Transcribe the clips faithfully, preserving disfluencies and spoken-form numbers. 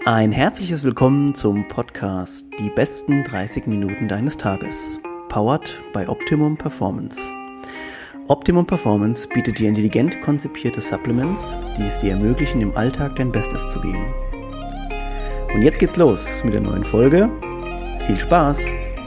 Ein herzliches Willkommen zum Podcast Die besten dreißig Minuten deines Tages, powered by Optimum Performance. Optimum Performance bietet dir intelligent konzipierte Supplements, die es dir ermöglichen, im Alltag dein Bestes zu geben. Und jetzt geht's los mit der neuen Folge. Viel Spaß!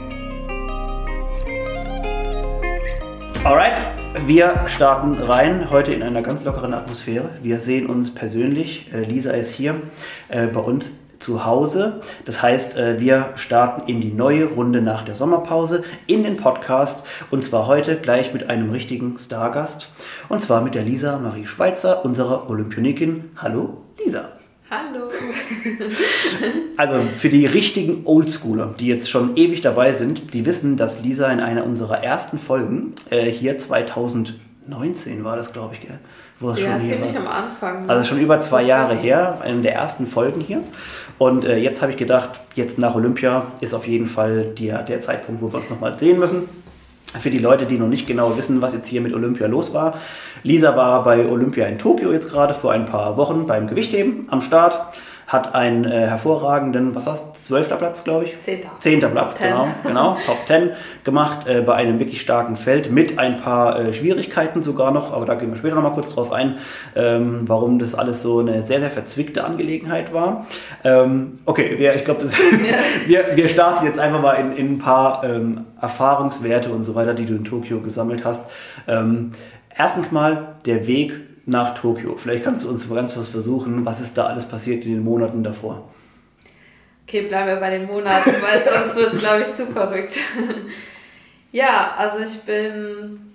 Alright, wir starten rein, heute in einer ganz lockeren Atmosphäre. Wir sehen uns persönlich, äh, Lisa ist hier äh, bei uns zu Hause. Das heißt, äh, wir starten in die neue Runde nach der Sommerpause in den Podcast. Und zwar heute gleich mit einem richtigen Stargast. Und zwar mit der Lisa Marie Schweitzer, unserer Olympionikin. Hallo Lisa. Hallo. Also für die richtigen Oldschooler, die jetzt schon ewig dabei sind, die wissen, dass Lisa in einer unserer ersten Folgen, äh, hier zwanzig neunzehn war das, glaube ich, gell? Wo es ja, schon hier ziemlich war. am Anfang. Ne? Also schon über zwei Jahre her, eine der ersten Folgen hier. Und äh, jetzt habe ich gedacht, jetzt nach Olympia ist auf jeden Fall der, der Zeitpunkt, wo wir uns nochmal sehen müssen. Für die Leute, die noch nicht genau wissen, was jetzt hier mit Olympia los war. Lisa war bei Olympia in Tokio jetzt gerade vor ein paar Wochen beim Gewichtheben am Start. Hat einen äh, hervorragenden, was hast du, zwölfter Platz, glaube ich? Zehnter. Zehnter Platz, genau, genau, Top Ten gemacht äh, bei einem wirklich starken Feld mit ein paar äh, Schwierigkeiten sogar noch, aber da gehen wir später nochmal kurz drauf ein, ähm, warum das alles so eine sehr, sehr verzwickte Angelegenheit war. Ähm, okay, wir, ich glaube, ja. wir, wir starten jetzt einfach mal in, in ein paar ähm, Erfahrungswerte und so weiter, die du in Tokio gesammelt hast. Ähm, erstens mal der Weg nach Tokio. Vielleicht kannst du uns ganz was versuchen, was ist da alles passiert in den Monaten davor? Okay, bleiben wir bei den Monaten, weil sonst wird es, glaube ich, zu verrückt. Ja, also ich bin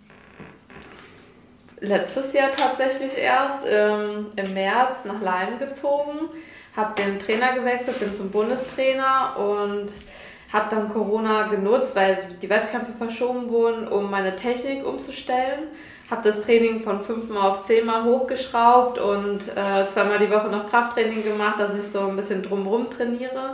letztes Jahr tatsächlich erst ähm, im März nach Leim gezogen, habe den Trainer gewechselt, bin zum Bundestrainer und habe dann Corona genutzt, weil die Wettkämpfe verschoben wurden, um meine Technik umzustellen. Habe das Training von fünfmal auf zehnmal hochgeschraubt und äh, zweimal die Woche noch Krafttraining gemacht, dass ich so ein bisschen drumherum trainiere.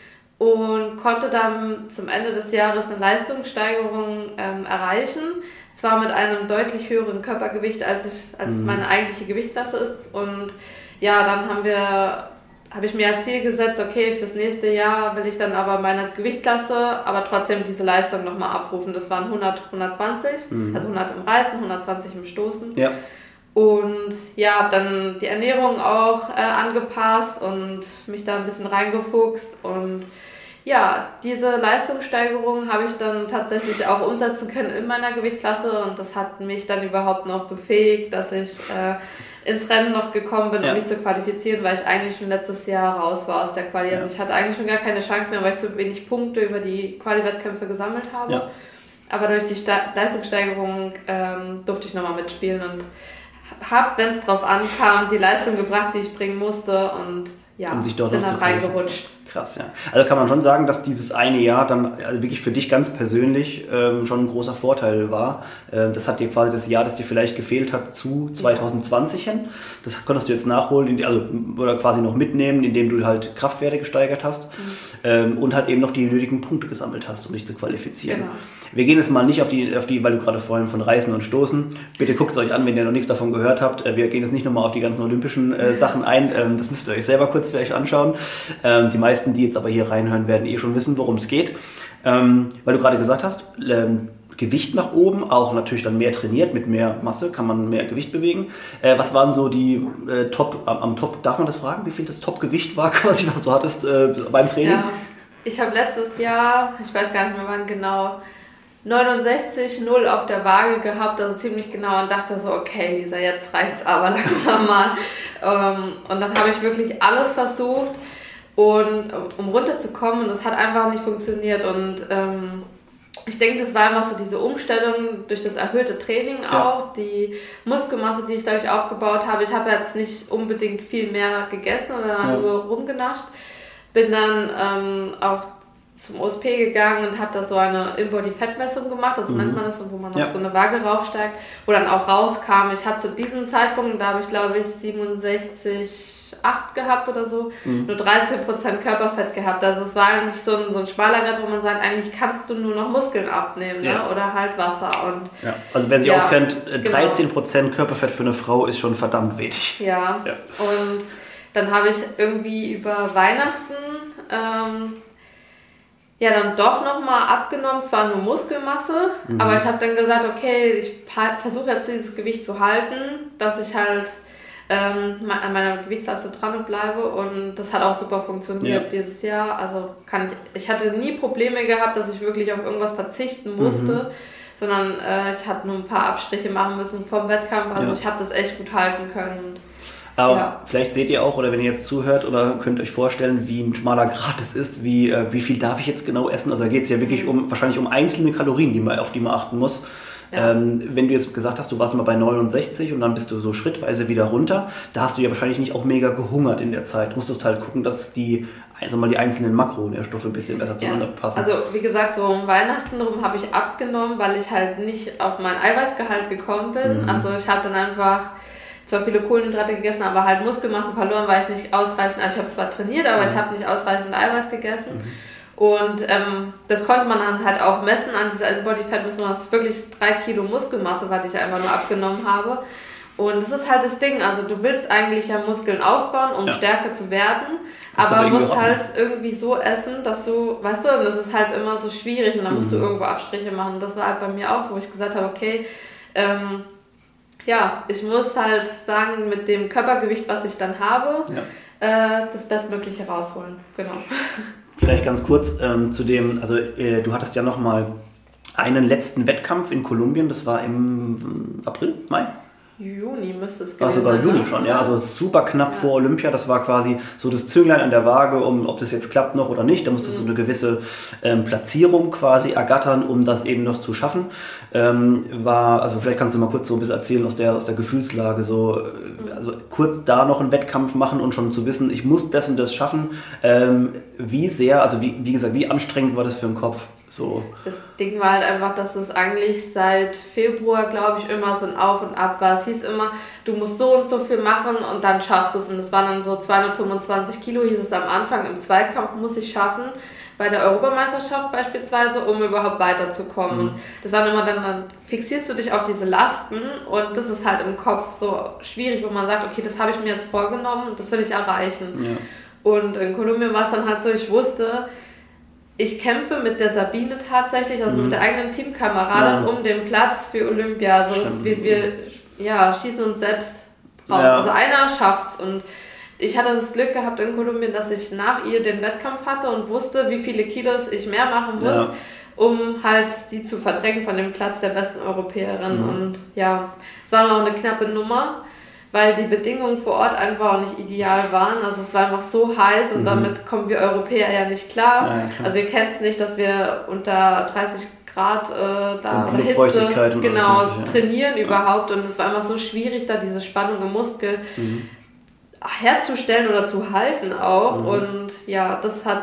Und konnte dann zum Ende des Jahres eine Leistungssteigerung ähm, erreichen. Zwar mit einem deutlich höheren Körpergewicht, als, ich, als mhm. meine eigentliche Gewichtsklasse ist. Und ja, dann haben wir... habe ich mir als Ziel gesetzt, okay, fürs nächste Jahr will ich dann aber meine Gewichtsklasse, aber trotzdem diese Leistung nochmal abrufen. Das waren hundert, hundertzwanzig, mhm. also hundert im Reißen, hundertzwanzig im Stoßen. Ja. Und ja, habe dann die Ernährung auch äh, angepasst und mich da ein bisschen reingefuchst. Und ja, diese Leistungssteigerung habe ich dann tatsächlich auch umsetzen können in meiner Gewichtsklasse. Und das hat mich dann überhaupt noch befähigt, dass ich... Äh, ins Rennen noch gekommen bin, um ja. mich zu qualifizieren, weil ich eigentlich schon letztes Jahr raus war aus der Quali. Also ja. ich hatte eigentlich schon gar keine Chance mehr, weil ich zu wenig Punkte über die Quali-Wettkämpfe gesammelt habe. Ja. Aber durch die Sta- Leistungssteigerung ähm, durfte ich nochmal mitspielen und habe, wenn es drauf ankam, die Leistung gebracht, die ich bringen musste und ja, um sich dort bin dann reingerutscht. Krass, ja. Also kann man schon sagen, dass dieses eine Jahr dann also wirklich für dich ganz persönlich ähm, schon ein großer Vorteil war. Äh, das hat dir quasi das Jahr, das dir vielleicht gefehlt hat, zu zwanzig zwanzig hin. Das konntest du jetzt nachholen, also oder quasi noch mitnehmen, indem du halt Kraftwerte gesteigert hast mhm. ähm, und halt eben noch die nötigen Punkte gesammelt hast, um dich zu qualifizieren. Genau. Wir gehen jetzt mal nicht auf die, auf die, weil du gerade vorhin von Reißen und Stoßen, bitte guckt es euch an, wenn ihr noch nichts davon gehört habt. Wir gehen jetzt nicht nochmal auf die ganzen olympischen äh, Sachen ein, ähm, das müsst ihr euch selber kurz vielleicht anschauen. Ähm, die meisten, die jetzt aber hier reinhören, werden eh schon wissen, worum es geht. Ähm, weil du gerade gesagt hast, ähm, Gewicht nach oben, auch natürlich dann mehr trainiert, mit mehr Masse kann man mehr Gewicht bewegen. Äh, was waren so die äh, Top, am, am Top, darf man das fragen, wie viel das Top-Gewicht war quasi, was du hattest äh, beim Training? Ja, ich habe letztes Jahr, ich weiß gar nicht mehr wann genau, neunundsechzig Komma null auf der Waage gehabt, also ziemlich genau, und dachte so, okay Lisa, jetzt reicht's aber langsam mal. Und dann habe ich wirklich alles versucht, und um runterzukommen, und das hat einfach nicht funktioniert. Und ähm, ich denke, das war einfach so diese Umstellung durch das erhöhte Training auch, ja. die Muskelmasse, die ich dadurch aufgebaut habe. Ich habe jetzt nicht unbedingt viel mehr gegessen oder ja. nur rumgenascht. Bin dann ähm, auch zum O S P gegangen und habe da so eine In-Body-Fettmessung gemacht, das mhm. nennt man das, wo man ja. auf so eine Waage raufsteigt, wo dann auch rauskam, ich hatte zu diesem Zeitpunkt, da habe ich glaube ich siebenundsechzig Komma acht gehabt oder so, mhm. nur dreizehn Prozent Körperfett gehabt, also es war eigentlich so ein, so ein schmaler Wert, wo man sagt, eigentlich kannst du nur noch Muskeln abnehmen ja. ne? Oder halt Wasser. Und ja. Also wer sich ja, auskennt, dreizehn Prozent genau. Körperfett für eine Frau ist schon verdammt wenig. Ja, ja. Und dann habe ich irgendwie über Weihnachten ähm, ja dann doch nochmal abgenommen, zwar nur Muskelmasse, mhm. aber ich habe dann gesagt, okay, ich versuche jetzt dieses Gewicht zu halten, dass ich halt ähm, an meiner Gewichtslaste dran bleibe und das hat auch super funktioniert ja. dieses Jahr. Also kann ich, ich hatte nie Probleme gehabt, dass ich wirklich auf irgendwas verzichten musste, mhm. sondern äh, ich hatte nur ein paar Abstriche machen müssen vom Wettkampf, also ja. ich habe das echt gut halten können. Aber ja. vielleicht seht ihr auch, oder wenn ihr jetzt zuhört, oder könnt euch vorstellen, wie ein schmaler Grat es ist, wie, äh, wie viel darf ich jetzt genau essen. Also da geht es ja wirklich um, wahrscheinlich um einzelne Kalorien, die man, auf die man achten muss. Ja. Ähm, wenn du jetzt gesagt hast, du warst mal bei neunundsechzig und dann bist du so schrittweise wieder runter, da hast du ja wahrscheinlich nicht auch mega gehungert in der Zeit. Du musstest halt gucken, dass die, also mal die einzelnen Makronährstoffe ein bisschen besser zueinander ja. passen. Also wie gesagt, so um Weihnachten rum habe ich abgenommen, weil ich halt nicht auf mein Eiweißgehalt gekommen bin. Mhm. Also ich habe dann einfach zwar viele Kohlenhydrate gegessen, aber halt Muskelmasse verloren, weil ich nicht ausreichend, also ich habe zwar trainiert, aber mhm. ich habe nicht ausreichend Eiweiß gegessen. Mhm. Und ähm, das konnte man dann halt auch messen an dieser Body Fat Messung. Das ist wirklich drei Kilo Muskelmasse, was ich einfach nur abgenommen habe. Und das ist halt das Ding, also du willst eigentlich ja Muskeln aufbauen, um ja. stärker zu werden, das aber musst halt irgendwie so essen, dass du, weißt du, und das ist halt immer so schwierig und dann musst mhm. du irgendwo Abstriche machen. Und das war halt bei mir auch so, wo ich gesagt habe, okay, ähm, ja, ich muss halt sagen, mit dem Körpergewicht, was ich dann habe, ja. äh, das Bestmögliche rausholen. Genau. Vielleicht ganz kurz ähm, zu dem, also äh, du hattest ja noch mal einen letzten Wettkampf in Kolumbien, das war im April, Mai? Juni müsste es gewesen sein. War sogar Juni schon, ja, also super knapp ja. vor Olympia, das war quasi so das Zünglein an der Waage, um ob das jetzt klappt noch oder nicht, da musstest du mhm. so eine gewisse ähm, Platzierung quasi ergattern, um das eben noch zu schaffen. Ähm, war, also vielleicht kannst du mal kurz so ein bisschen erzählen aus der, aus der Gefühlslage, so, also kurz da noch einen Wettkampf machen und schon zu wissen, ich muss das und das schaffen, ähm, wie sehr, also wie, wie gesagt, wie anstrengend war das für den Kopf? So. Das Ding war halt einfach, dass es eigentlich seit Februar, glaube ich, immer so ein Auf und Ab war. Es hieß immer, du musst so und so viel machen und dann schaffst du es. Und das waren dann so zweihundertfünfundzwanzig Kilo, hieß es am Anfang. Im Zweikampf muss ich schaffen, bei der Europameisterschaft beispielsweise, um überhaupt weiterzukommen. Mhm. Das waren immer dann, dann fixierst du dich auf diese Lasten und das ist halt im Kopf so schwierig, wo man sagt, okay, das habe ich mir jetzt vorgenommen und das will ich erreichen. Ja. Und in Kolumbien war es dann halt so, ich wusste, ich kämpfe mit der Sabine tatsächlich, also mhm. mit der eigenen Teamkameradin ja. um den Platz für Olympia. Also es, wir, wir ja, schießen uns selbst raus. Ja. Also einer schafft's. Und ich hatte das Glück gehabt in Kolumbien, dass ich nach ihr den Wettkampf hatte und wusste, wie viele Kilos ich mehr machen muss, ja. um halt sie zu verdrängen von dem Platz der besten Europäerin. Mhm. Und ja, es war noch eine knappe Nummer, weil die Bedingungen vor Ort einfach auch nicht ideal waren. Also es war einfach so heiß und mhm. damit kommen wir Europäer ja nicht klar. Ja, ja, also wir kennen es nicht, dass wir unter dreißig Grad äh, da und Hitze genau, mögliche, ja. trainieren ja. überhaupt. Und es war einfach so schwierig, da diese Spannung im Muskel mhm. herzustellen oder zu halten auch. Mhm. Und ja, das hat...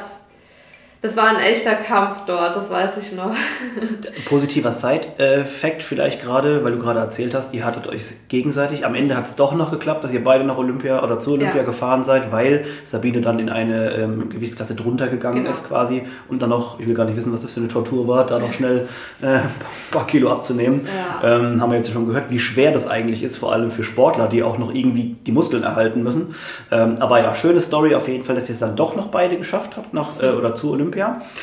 Das war ein echter Kampf dort, das weiß ich noch. Positiver Side-Fact vielleicht gerade, weil du gerade erzählt hast, ihr hattet euch gegenseitig. Am Ende hat es doch noch geklappt, dass ihr beide nach Olympia oder zu Olympia ja. gefahren seid, weil Sabine dann in eine ähm, Gewichtsklasse drunter gegangen genau. ist quasi und dann noch, ich will gar nicht wissen, was das für eine Tortur war, da noch schnell äh, ein paar Kilo abzunehmen. Ja. Ähm, haben wir jetzt schon gehört, wie schwer das eigentlich ist, vor allem für Sportler, die auch noch irgendwie die Muskeln erhalten müssen. Ähm, aber ja, schöne Story auf jeden Fall, dass ihr es dann doch noch beide geschafft habt nach, äh, oder zu Olympia.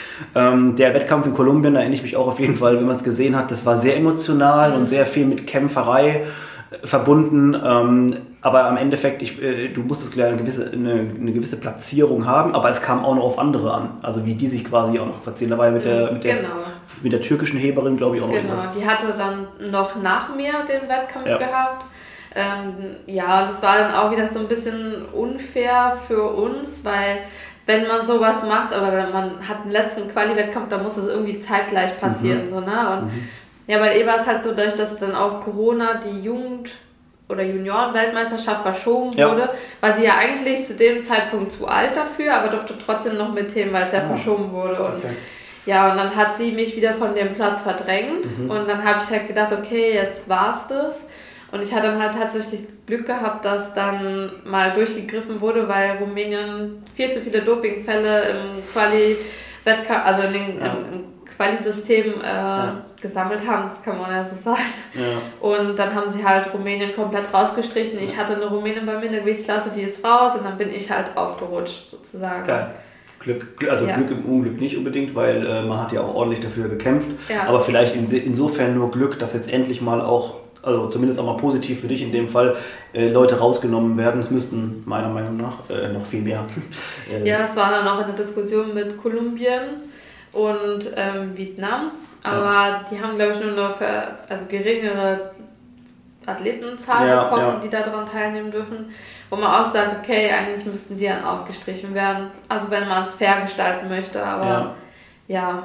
Ähm, der Wettkampf in Kolumbien, da erinnere ich mich auch auf jeden Fall, wenn man es gesehen hat, das war sehr emotional mhm. und sehr viel mit Kämpferei äh, verbunden. Ähm, aber am Endeffekt, ich, äh, du musstest eine gewisse, eine, eine gewisse Platzierung haben, aber es kam auch noch auf andere an. Also wie die sich quasi auch noch verziehen. Da war ja mit der, mit der, genau. mit der türkischen Heberin, glaube ich, auch noch genau. irgendwas. Die hatte dann noch nach mir den Wettkampf ja. gehabt. Ähm, ja, das war dann auch wieder so ein bisschen unfair für uns, weil wenn man sowas macht oder man hat einen letzten Quali-Wettkampf, dann muss das irgendwie zeitgleich passieren. Mhm. So, ne? Und mhm. ja, bei ihr war es halt so, dadurch, dass dann auch Corona die Jugend- oder Junioren-Weltmeisterschaft verschoben ja. wurde, war sie ja eigentlich zu dem Zeitpunkt zu alt dafür, aber durfte trotzdem noch mitnehmen, weil es ja ah. verschoben wurde. Und okay. ja, und dann hat sie mich wieder von dem Platz verdrängt mhm. und dann habe ich halt gedacht, okay, jetzt war's das. Und ich hatte dann halt tatsächlich Glück gehabt, dass dann mal durchgegriffen wurde, weil Rumänien viel zu viele Dopingfälle im Quali-Wettkampf, also in den, ja. im Quali-System äh, ja. gesammelt haben, kann man ja so sagen. Ja. Und dann haben sie halt Rumänien komplett rausgestrichen. Ich hatte eine Rumänin bei mir in der Gewichtsklasse, die ist raus und dann bin ich halt aufgerutscht sozusagen. Geil. Glück, also ja. Glück im Unglück nicht unbedingt, weil äh, man hat ja auch ordentlich dafür gekämpft. Ja. Aber vielleicht in, insofern nur Glück, dass jetzt endlich mal auch, also zumindest auch mal positiv für dich in dem Fall, äh, Leute rausgenommen werden. Es müssten meiner Meinung nach äh, noch viel mehr. äh, ja, es war dann auch eine Diskussion mit Kolumbien und ähm, Vietnam. Aber ja. die haben, glaube ich, nur noch für, also geringere Athletenzahl ja, bekommen, ja. die daran teilnehmen dürfen. Wo man auch sagt, okay, eigentlich müssten die dann auch gestrichen werden. Also wenn man es fair gestalten möchte, aber ja. ja.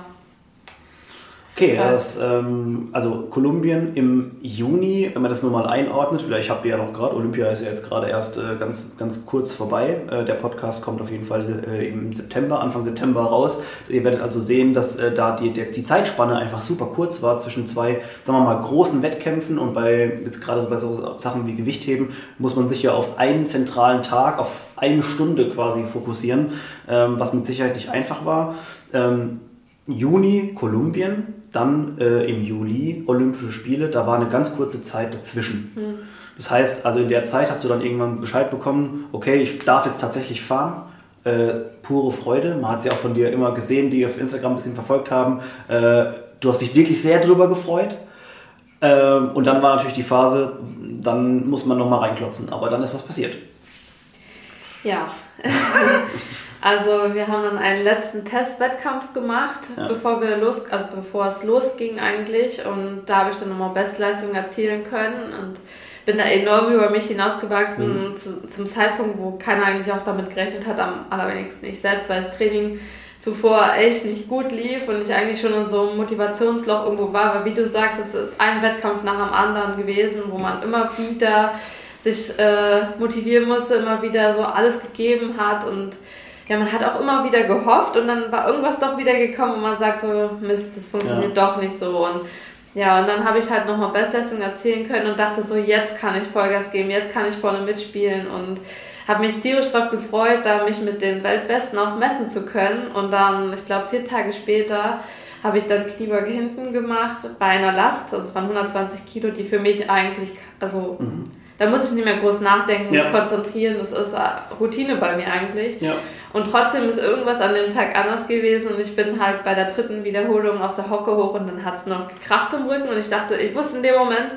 Okay, das, ähm, also Kolumbien im Juni, wenn man das nur mal einordnet, vielleicht habt ihr ja noch gerade, Olympia ist ja jetzt gerade erst äh, ganz, ganz kurz vorbei. Äh, der Podcast kommt auf jeden Fall äh, im September, Anfang September raus. Ihr werdet also sehen, dass äh, da die, die Zeitspanne einfach super kurz war zwischen zwei, sagen wir mal, großen Wettkämpfen und bei, jetzt gerade so bei so Sachen wie Gewichtheben, muss man sich ja auf einen zentralen Tag, auf eine Stunde quasi fokussieren, ähm, was mit Sicherheit nicht einfach war. Ähm, Juni Kolumbien, dann äh, im Juli Olympische Spiele, da war eine ganz kurze Zeit dazwischen. Hm. Das heißt, also in der Zeit hast du dann irgendwann Bescheid bekommen, okay, ich darf jetzt tatsächlich fahren, äh, pure Freude, man hat sie auch von dir immer gesehen, die auf Instagram ein bisschen verfolgt haben, äh, du hast dich wirklich sehr drüber gefreut äh, und dann war natürlich die Phase, dann muss man nochmal reinklotzen, aber dann ist was passiert. Ja. Also wir haben dann einen letzten Testwettkampf gemacht, ja. bevor wir los, also bevor es losging eigentlich, und da habe ich dann nochmal Bestleistungen erzielen können und bin da enorm über mich hinausgewachsen mhm. zu, zum Zeitpunkt, wo keiner eigentlich auch damit gerechnet hat, am allerwenigsten ich selbst, weil das Training zuvor echt nicht gut lief und ich eigentlich schon in so einem Motivationsloch irgendwo war, weil wie du sagst, es ist ein Wettkampf nach dem anderen gewesen, wo man immer wieder sich äh, motivieren musste, immer wieder so alles gegeben hat und ja, man hat auch immer wieder gehofft und dann war irgendwas doch wieder gekommen und man sagt so, Mist, das funktioniert ja. doch nicht so und ja, und dann habe ich halt nochmal Bestleistung erzielen können und dachte so, jetzt kann ich Vollgas geben, jetzt kann ich vorne mitspielen und habe mich tierisch darauf gefreut, da mich mit den Weltbesten auch messen zu können und dann, ich glaube, vier Tage später habe ich dann Kniebeuge hinten gemacht bei einer Last, also es waren hundertzwanzig Kilo, die für mich eigentlich, also mhm. da muss ich nicht mehr groß nachdenken und ja. konzentrieren, das ist Routine bei mir eigentlich. Ja. Und trotzdem ist irgendwas an dem Tag anders gewesen und ich bin halt bei der dritten Wiederholung aus der Hocke hoch und dann hat es noch gekracht im Rücken und ich dachte, ich wusste in dem Moment,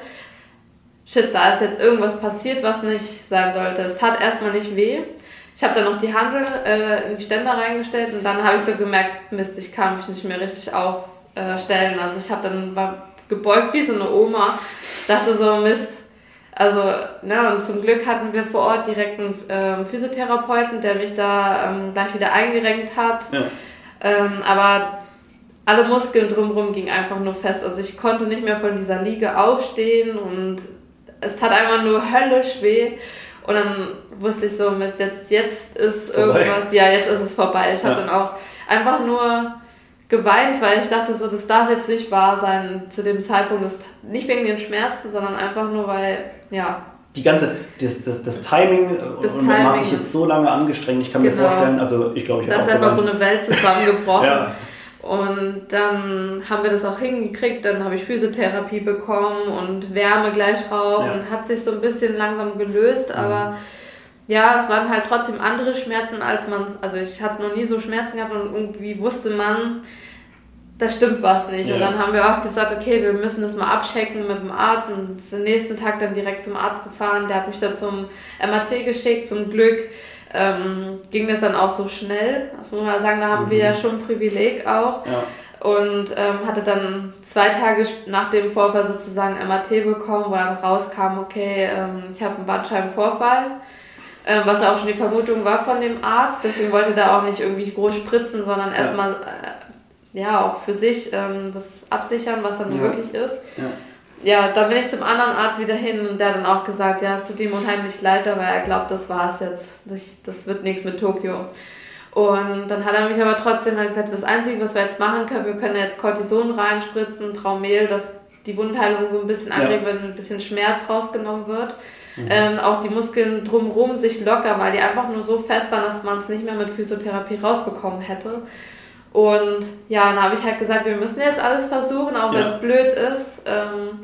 shit, da ist jetzt irgendwas passiert, was nicht sein sollte. Es tat erstmal nicht weh. Ich habe dann noch die Handel äh, in die Ständer reingestellt und dann habe ich so gemerkt, Mist, ich kann mich nicht mehr richtig aufstellen. Also ich habe dann war gebeugt wie so eine Oma, dachte so, Mist. Also, ne, und zum Glück hatten wir vor Ort direkt einen ähm, Physiotherapeuten, der mich da ähm, gleich wieder eingerenkt hat. Ja. Ähm, aber alle Muskeln drumherum gingen einfach nur fest. Also ich konnte nicht mehr von dieser Liege aufstehen und es tat einfach nur höllisch weh. Und dann wusste ich so, Mist, jetzt, jetzt ist vorbei. Irgendwas, ja, jetzt ist es vorbei. Ich ja. habe dann auch einfach nur geweint, weil ich dachte so, das darf jetzt nicht wahr sein zu dem Zeitpunkt, das, nicht wegen den Schmerzen, sondern einfach nur, weil, ja. Die ganze, das, das, das Timing, das und man hat sich jetzt so lange angestrengt, ich kann genau. mir vorstellen, also ich glaube, ich habe auch... Da ist einfach so eine Welt zusammengebrochen. ja. Und dann haben wir das auch hingekriegt, dann habe ich Physiotherapie bekommen und Wärme gleich drauf ja. und hat sich so ein bisschen langsam gelöst, aber... Mhm. Ja, es waren halt trotzdem andere Schmerzen, als man, also ich hatte noch nie so Schmerzen gehabt und irgendwie wusste man, da stimmt was nicht. Ja. Und dann haben wir auch gesagt, okay, wir müssen das mal abchecken mit dem Arzt und den nächsten Tag dann direkt zum Arzt gefahren. Der hat mich dann zum M R T geschickt, zum Glück ähm, ging das dann auch so schnell. Das muss man sagen, da haben mhm. wir ja schon ein Privileg auch. Ja. Und ähm, hatte dann zwei Tage nach dem Vorfall sozusagen M R T bekommen, wo dann rauskam, okay, ähm, ich habe einen Bandscheibenvorfall. Was auch schon die Vermutung war von dem Arzt, deswegen wollte er auch nicht irgendwie groß spritzen, sondern erstmal ja. ja auch für sich ähm, das absichern, was dann ja. wirklich ist. Ja. ja, dann bin ich zum anderen Arzt wieder hin und der hat dann auch gesagt, ja, es tut ihm unheimlich leid, aber er glaubt, das war's jetzt, das, das wird nichts mit Tokio. Und dann hat er mich aber trotzdem halt gesagt, das Einzige, was wir jetzt machen können, wir können jetzt Cortison reinspritzen, Traumel, dass die Wundheilung so ein bisschen anregt, wenn ein bisschen Schmerz rausgenommen wird. Mhm. Ähm, auch die Muskeln drumherum sich locker, weil die einfach nur so fest waren, dass man es nicht mehr mit Physiotherapie rausbekommen hätte. Und ja, dann habe ich halt gesagt, wir müssen jetzt alles versuchen, auch wenn es ja. blöd ist. Ähm,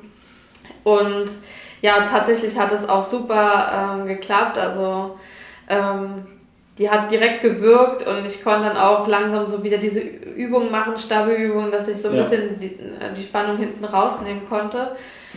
und ja, tatsächlich hat es auch super ähm, geklappt. Also ähm, die hat direkt gewirkt und ich konnte dann auch langsam so wieder diese Übungen machen, Stabelübungen, dass ich so ein ja. bisschen die, die Spannung hinten rausnehmen konnte.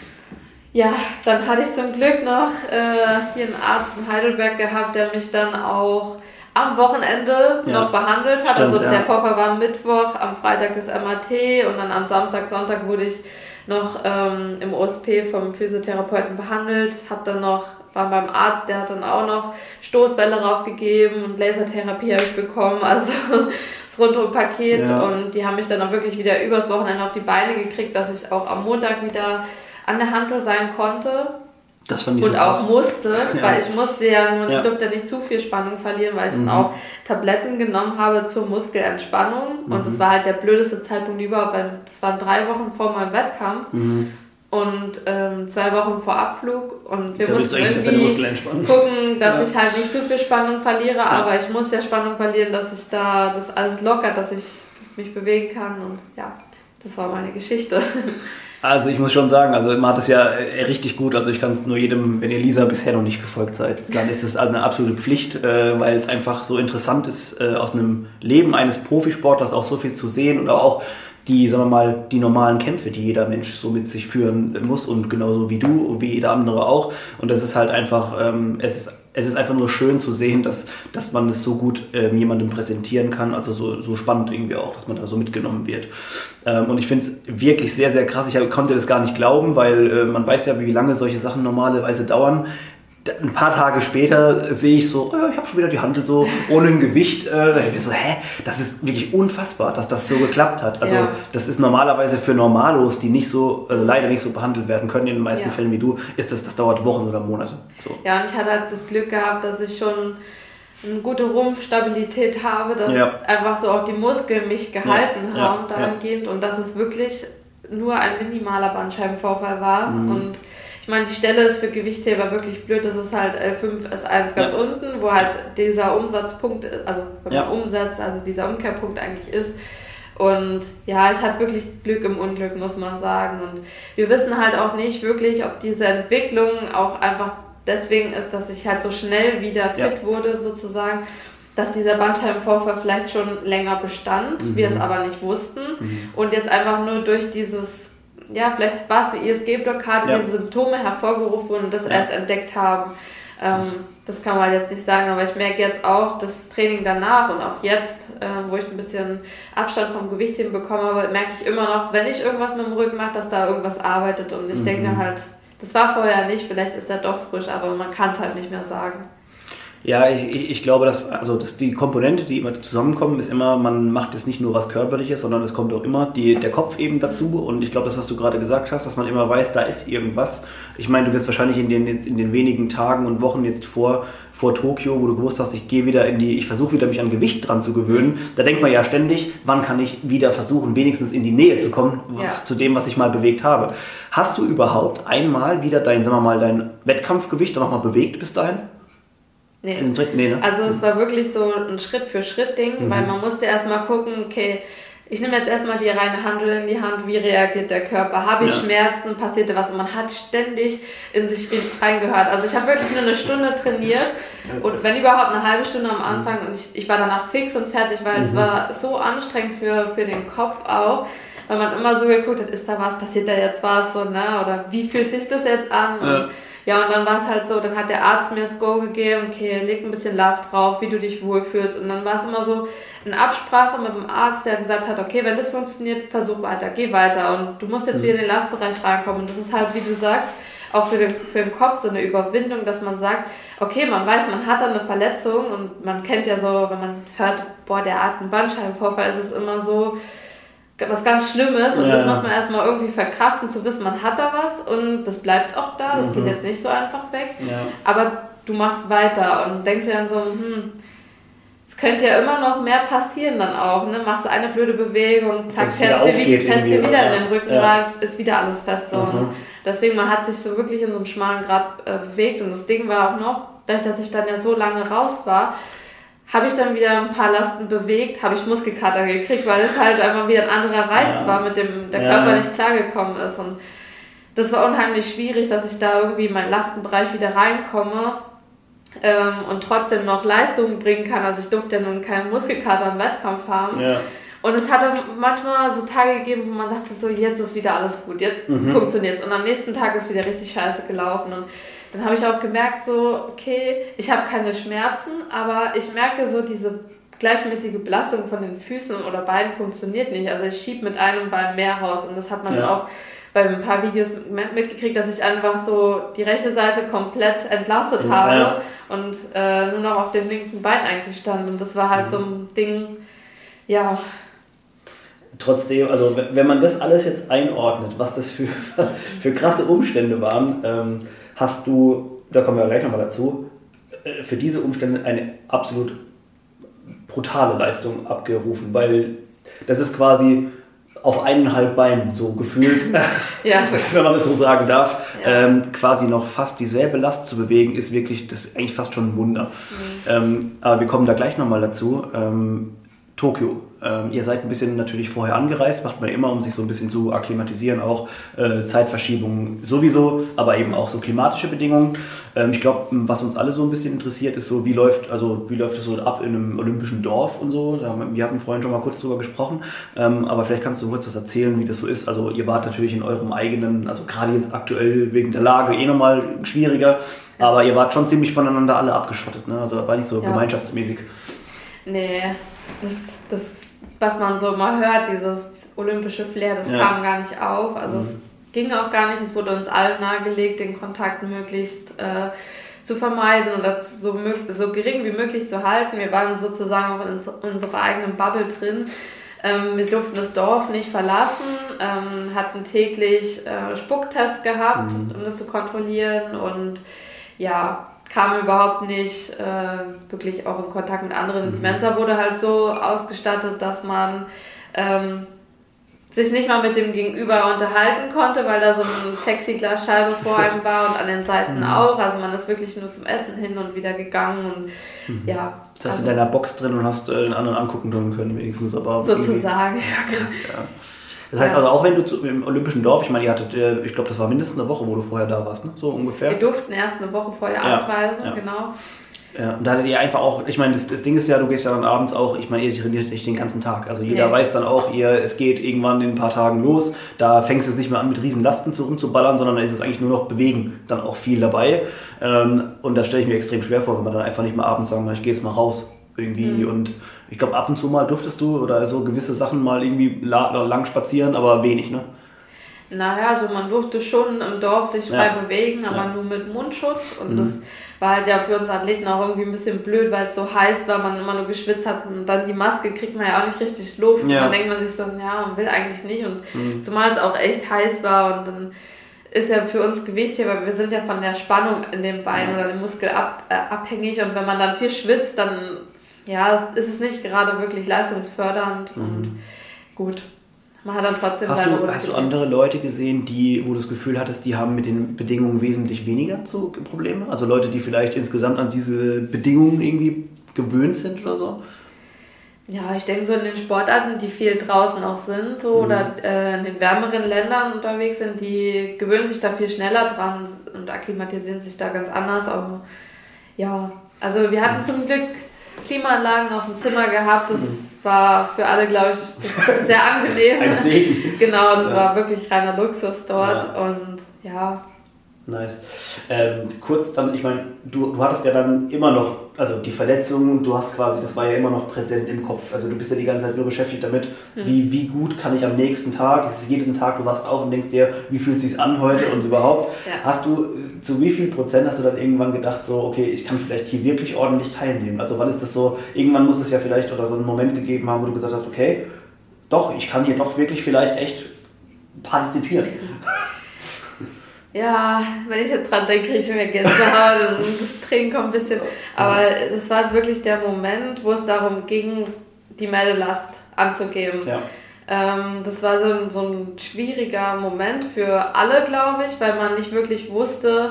Ja, dann hatte ich zum Glück noch äh, hier einen Arzt in Heidelberg gehabt, der mich dann auch am Wochenende ja. noch behandelt hat. Stimmt, also der ja. Vorfall war am Mittwoch, am Freitag das M R T und dann am Samstag, Sonntag wurde ich noch ähm, im O S P vom Physiotherapeuten behandelt. Hab dann noch, war beim Arzt, der hat dann auch noch Stoßwelle raufgegeben und Lasertherapie habe ich bekommen. Also das rundum Paket ja. und die haben mich dann auch wirklich wieder übers Wochenende auf die Beine gekriegt, dass ich auch am Montag wieder an der Hantel sein konnte. Das fand ich und so auch krass. musste, ja. weil ich musste ja nur, ja. ich durfte ja nicht zu viel Spannung verlieren, weil ich mhm. dann auch Tabletten genommen habe zur Muskelentspannung mhm. und das war halt der blödeste Zeitpunkt überhaupt, weil das waren drei Wochen vor meinem Wettkampf mhm. und ähm, zwei Wochen vor Abflug und wir da mussten irgendwie gucken, dass ja. ich halt nicht zu viel Spannung verliere, ja. aber ich musste ja Spannung verlieren, dass ich da das alles lockert, dass ich mich bewegen kann und ja, das war meine Geschichte. Also ich muss schon sagen, also man hat es ja richtig gut, also ich kann es nur jedem, wenn ihr Lisa bisher noch nicht gefolgt seid, dann ist es also eine absolute Pflicht, weil es einfach so interessant ist, aus einem Leben eines Profisportlers auch so viel zu sehen und auch die, sagen wir mal, die normalen Kämpfe, die jeder Mensch so mit sich führen muss und genauso wie du und wie jeder andere auch. Und das ist halt einfach, ähm, es ist es ist einfach nur schön zu sehen, dass, dass man das so gut ähm, jemandem präsentieren kann, also so, so spannend irgendwie auch, dass man da so mitgenommen wird. Ähm, und ich finde es wirklich sehr, sehr krass. Ich konnte das gar nicht glauben, weil äh, man weiß ja, wie lange solche Sachen normalerweise dauern. Ein paar Tage später sehe ich so, äh, ich habe schon wieder die Hantel so ohne ein Gewicht. Äh, da ich mir so, hä, das ist wirklich unfassbar, dass das so geklappt hat. Also ja. das ist normalerweise für Normalos, die nicht so, äh, leider nicht so behandelt werden können, in den meisten ja. Fällen wie du, ist das, das dauert Wochen oder Monate. So. Ja, und ich hatte halt das Glück gehabt, dass ich schon eine gute Rumpfstabilität habe, dass ja. einfach so auch die Muskeln mich gehalten ja. haben ja. dahingehend ja. und dass es wirklich nur ein minimaler Bandscheibenvorfall war mhm. und ich meine, die Stelle ist für Gewichtheber wirklich blöd, das ist halt L fünf S eins ganz ja. unten, wo halt dieser Umsatzpunkt, also wenn man ja. umsetzt, also dieser Umkehrpunkt eigentlich ist. Und ja, ich hatte wirklich Glück im Unglück, muss man sagen. Und wir wissen halt auch nicht wirklich, ob diese Entwicklung auch einfach deswegen ist, dass ich halt so schnell wieder fit ja. wurde sozusagen, dass dieser Bandscheibenvorfall vielleicht schon länger bestand, mhm. wir es aber nicht wussten. Mhm. Und jetzt einfach nur durch dieses ja, vielleicht war es eine I S G-Blockade, ja. diese Symptome hervorgerufen wurden und das ja. erst entdeckt haben. Ähm, das kann man jetzt nicht sagen, aber ich merke jetzt auch, das Training danach und auch jetzt, äh, wo ich ein bisschen Abstand vom Gewicht hinbekommen habe, merke ich immer noch, wenn ich irgendwas mit dem Rücken mache, dass da irgendwas arbeitet und ich mhm. denke halt, das war vorher nicht, vielleicht ist er doch frisch, aber man kann es halt nicht mehr sagen. Ja, ich, ich glaube, dass also dass die Komponente, die immer zusammenkommen, ist immer, man macht jetzt nicht nur was Körperliches, sondern es kommt auch immer die, der Kopf eben dazu. Und ich glaube, das, was du gerade gesagt hast, dass man immer weiß, da ist irgendwas. Ich meine, du wirst wahrscheinlich in den, jetzt in den wenigen Tagen und Wochen jetzt vor, vor Tokio, wo du gewusst hast, ich gehe wieder in die, ich versuche wieder mich an Gewicht dran zu gewöhnen. Da denkt man ja ständig, wann kann ich wieder versuchen, wenigstens in die Nähe zu kommen, ja. zu dem, was ich mal bewegt habe. Hast du überhaupt einmal wieder dein, sagen wir mal, dein Wettkampfgewicht dann nochmal bewegt bis dahin? Nee. nee ne? Also es war wirklich so ein Schritt-für-Schritt-Ding, mhm. weil man musste erstmal gucken, okay, ich nehme jetzt erstmal die reine Handel in die Hand, wie reagiert der Körper, habe ich ja. Schmerzen, passierte was und man hat ständig in sich reingehört. Also ich habe wirklich nur eine Stunde trainiert und wenn überhaupt eine halbe Stunde am Anfang und ich, ich war danach fix und fertig, weil mhm. es war so anstrengend für, für den Kopf auch, weil man immer so geguckt hat, ist da was, passiert da jetzt was, so, ne? Oder wie fühlt sich das jetzt an? Ja. Und ja, und dann war es halt so, dann hat der Arzt mir das Go gegeben, okay, leg ein bisschen Last drauf, wie du dich wohlfühlst. Und dann war es immer so in Absprache mit dem Arzt, der gesagt hat, okay, wenn das funktioniert, versuch weiter, geh weiter. Und du musst jetzt wieder in den Lastbereich reinkommen. Und das ist halt, wie du sagst, auch für den, für den Kopf so eine Überwindung, dass man sagt, okay, man weiß, man hat dann eine Verletzung und man kennt ja so, wenn man hört, boah, der hat einen Bandscheibenvorfall, ist es immer so was ganz Schlimmes und ja. das muss man erstmal irgendwie verkraften, zu wissen, man hat da was und das bleibt auch da, das mhm. geht jetzt nicht so einfach weg, ja. aber du machst weiter und denkst dir dann so, hm, es könnte ja immer noch mehr passieren dann auch, ne? Machst du eine blöde Bewegung, zack, fällst du wieder, wieder in den Rücken ja. rein, ist wieder alles fest. So. Mhm. Und deswegen, man hat sich so wirklich in so einem schmalen Grat äh, bewegt und das Ding war auch noch, dadurch, dass ich dann ja so lange raus war, habe ich dann wieder ein paar Lasten bewegt, habe ich Muskelkater gekriegt, weil es halt einfach wieder ein anderer Reiz ja. war, mit dem der Körper ja. nicht klargekommen ist. Und das war unheimlich schwierig, dass ich da irgendwie in meinen Lastenbereich wieder reinkomme ähm, und trotzdem noch Leistungen bringen kann. Also ich durfte ja nun keinen Muskelkater im Wettkampf haben. Ja. Und es hat dann manchmal so Tage gegeben, wo man dachte so, jetzt ist wieder alles gut, jetzt mhm. funktioniert es. Und am nächsten Tag ist wieder richtig scheiße gelaufen. Und dann habe ich auch gemerkt so, okay, ich habe keine Schmerzen, aber ich merke so, diese gleichmäßige Belastung von den Füßen oder Beinen funktioniert nicht. Also ich schiebe mit einem Bein mehr raus. Und das hat man ja. auch bei ein paar Videos mitgekriegt, dass ich einfach so die rechte Seite komplett entlastet ja. habe und äh, nur noch auf dem linken Bein eigentlich stand. Und das war halt mhm. so ein Ding, ja... Trotzdem, also wenn man das alles jetzt einordnet, was das für, für krasse Umstände waren, ähm, hast du, da kommen wir gleich nochmal dazu, für diese Umstände eine absolut brutale Leistung abgerufen, weil das ist quasi auf eineinhalb Beinen so gefühlt, ja. wenn man das so sagen darf, ja. ähm, quasi noch fast dieselbe Last zu bewegen, ist wirklich, das ist eigentlich fast schon ein Wunder. Mhm. Ähm, aber wir kommen da gleich nochmal dazu. Ähm, Tokio. Ähm, ihr seid ein bisschen natürlich vorher angereist, macht man immer, um sich so ein bisschen zu akklimatisieren, auch äh, Zeitverschiebungen sowieso, aber eben auch so klimatische Bedingungen. Ähm, ich glaube, was uns alle so ein bisschen interessiert, ist so, wie läuft, also wie läuft es so ab in einem olympischen Dorf und so. Da haben, wir hatten vorhin schon mal kurz drüber gesprochen, ähm, aber vielleicht kannst du kurz was erzählen, wie das so ist. Also ihr wart natürlich in eurem eigenen, also gerade jetzt aktuell wegen der Lage eh nochmal schwieriger, aber ihr wart schon ziemlich voneinander alle abgeschottet, ne? Also da war nicht so ja. gemeinschaftsmäßig. Nee, das, das, was man so mal hört, dieses olympische Flair, das ja. kam gar nicht auf. Also mhm. es ging auch gar nicht, es wurde uns allen nahegelegt, den Kontakt möglichst äh, zu vermeiden oder so, so gering wie möglich zu halten. Wir waren sozusagen auch in unserer eigenen Bubble drin. Ähm, wir durften das Dorf nicht verlassen, ähm, hatten täglich äh, Spucktests gehabt, mhm. um das zu kontrollieren und ja, kam überhaupt nicht äh, wirklich auch in Kontakt mit anderen. Mhm. Die Mensa wurde halt so ausgestattet, dass man ähm, sich nicht mal mit dem Gegenüber unterhalten konnte, weil da so eine Plexiglasscheibe vor einem war und an den Seiten mhm. auch. Also man ist wirklich nur zum Essen hin und wieder gegangen und mhm. ja. Das heißt, also, in deiner Box drin und hast äh, den anderen angucken können wenigstens. Aber sozusagen. Ja, krass, ja. Das heißt also auch wenn du zu, im Olympischen Dorf, ich meine, ihr hattet, ich glaube, das war mindestens eine Woche, wo du vorher da warst, ne? So ungefähr. Wir durften erst eine Woche vorher ja, anreisen, ja. genau. Ja, und da hattet ihr einfach auch, ich meine, das, das Ding ist ja, du gehst ja dann abends auch, ich meine, ihr trainiert nicht den ganzen Tag. Also jeder nee. weiß dann auch, ihr, es geht irgendwann in ein paar Tagen los. Da fängst du es nicht mehr an, mit riesen Lasten zu, rumzuballern, sondern da ist es eigentlich nur noch Bewegen, dann auch viel dabei. Ähm, und das stelle ich mir extrem schwer vor, wenn man dann einfach nicht mal abends sagen, ich gehe jetzt mal raus irgendwie mhm. und ich glaube, ab und zu mal durftest du oder so gewisse Sachen mal irgendwie lang spazieren, aber wenig, ne? Naja, also man durfte schon im Dorf sich frei ja. bewegen, aber ja. nur mit Mundschutz und mhm. das war halt ja für uns Athleten auch irgendwie ein bisschen blöd, weil es so heiß war, man immer nur geschwitzt hat und dann die Maske kriegt man ja auch nicht richtig Luft ja. und dann denkt man sich so, ja, man will eigentlich nicht und mhm. zumal es auch echt heiß war und dann ist ja für uns Gewicht hier, weil wir sind ja von der Spannung in den Beinen ja. oder dem Muskel ab, äh, abhängig und wenn man dann viel schwitzt, dann ja, ist es nicht gerade wirklich leistungsfördernd mhm. und gut. Man hat dann trotzdem hast du, hast du andere Leute gesehen, die, wo du das Gefühl hattest, die haben mit den Bedingungen wesentlich weniger zu Probleme? Also Leute, die vielleicht insgesamt an diese Bedingungen irgendwie gewöhnt sind oder so? Ja, ich denke so in den Sportarten, die viel draußen auch sind so, mhm. oder äh, in den wärmeren Ländern unterwegs sind, die gewöhnen sich da viel schneller dran und akklimatisieren sich da ganz anders. Aber ja, also wir hatten mhm. zum Glück Klimaanlagen auf dem Zimmer gehabt, das mhm. war für alle, glaube ich, sehr angenehm. Ein Segen. Genau, das ja. war wirklich reiner Luxus dort ja. und ja. Nice. Ähm, kurz dann, ich meine, du, du hattest ja dann immer noch, also die Verletzungen, du hast quasi, das war ja immer noch präsent im Kopf, also du bist ja die ganze Zeit nur beschäftigt damit, mhm. wie, wie gut kann ich am nächsten Tag, es ist jeden Tag, du wachst auf und denkst dir, wie fühlt es sich an heute und überhaupt, ja. hast du, zu wie viel Prozent hast du dann irgendwann gedacht, so, okay, ich kann vielleicht hier wirklich ordentlich teilnehmen, also wann ist das so, irgendwann muss es ja vielleicht oder so einen Moment gegeben haben, wo du gesagt hast, okay, doch, ich kann hier doch wirklich vielleicht echt partizipieren. Ja, wenn ich jetzt dran denke, kriege ich mir Gänsehaut und Tränen kommen ein bisschen. Aber es war wirklich der Moment, wo es darum ging, die Meldelast anzugeben. Ja. Ähm, das war so ein, so ein schwieriger Moment für alle, glaube ich, weil man nicht wirklich wusste,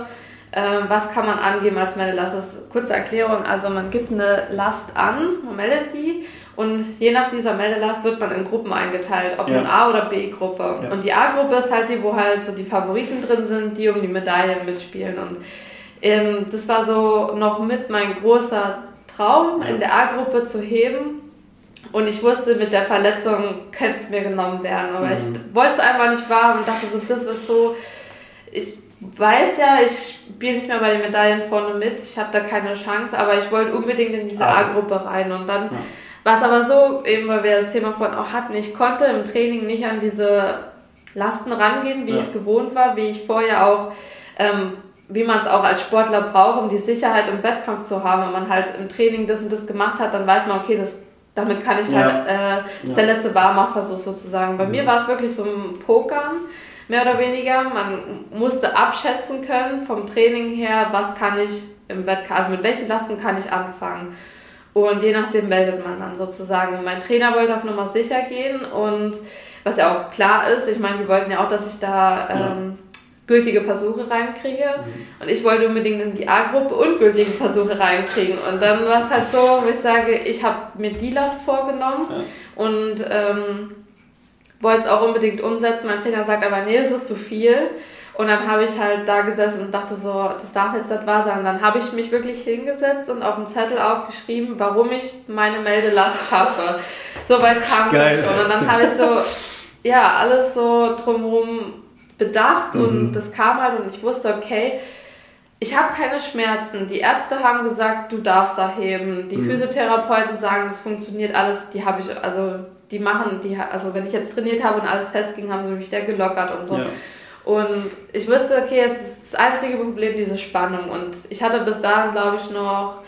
äh, was kann man angeben als Meldelast. Das ist eine kurze Erklärung, also man gibt eine Last an, man meldet die und je nach dieser Meldelast wird man in Gruppen eingeteilt, ob ja. in A- oder B-Gruppe. Ja. Und die A-Gruppe ist halt die, wo halt so die Favoriten drin sind, die um die Medaille mitspielen. Und ähm, das war so noch mit mein großer Traum, ja. in der A-Gruppe zu heben. Und ich wusste, mit der Verletzung könnte es mir genommen werden. Aber mhm. ich wollte es einfach nicht wahr und dachte so, das ist so, ich weiß ja, ich spiele nicht mehr bei den Medaillen vorne mit, ich habe da keine Chance, aber ich wollte unbedingt in diese ah. A-Gruppe rein. Und dann ja. war es aber so, eben weil wir das Thema vorhin auch hatten, ich konnte im Training nicht an diese Lasten rangehen, wie ja. ich es gewohnt war, wie ich vorher auch, ähm, wie man es auch als Sportler braucht, um die Sicherheit im Wettkampf zu haben. Wenn man halt im Training das und das gemacht hat, dann weiß man, okay, das damit kann ich ja. halt, äh, das ist ja. der letzte Warmachversuch sozusagen. Bei mhm. mir war es wirklich so ein Pokern, mehr oder weniger. Man musste abschätzen können vom Training her, was kann ich im Wettkampf, also mit welchen Lasten kann ich anfangen. Und je nachdem meldet man dann sozusagen. Mein Trainer wollte auf Nummer sicher gehen und was ja auch klar ist, ich meine, die wollten ja auch, dass ich da ähm, ja. gültige Versuche reinkriege mhm. und ich wollte unbedingt in die A-Gruppe und gültige Versuche reinkriegen und dann war es halt so, wo ich sage, ich habe mir die Last vorgenommen ja. und ähm, wollte es auch unbedingt umsetzen. Mein Trainer sagt aber, nee, es ist zu viel und dann habe ich halt da gesessen und dachte so, das darf jetzt nicht wahr sein. Und dann habe ich mich wirklich hingesetzt und auf dem Zettel aufgeschrieben, warum ich meine Meldelast schaffe. So weit kam es dann schon und dann habe ich so, ja, alles so drumherum bedacht mhm. und das kam halt und ich wusste, okay, ich habe keine Schmerzen. Die Ärzte haben gesagt, du darfst da heben. Die mhm. Physiotherapeuten sagen, das funktioniert alles. Die habe ich, also die machen, die, also wenn ich jetzt trainiert habe und alles festging, haben sie mich wieder gelockert und so. Ja. Und ich wusste, okay, es ist das einzige Problem, diese Spannung. Und ich hatte bis dahin, glaube ich, noch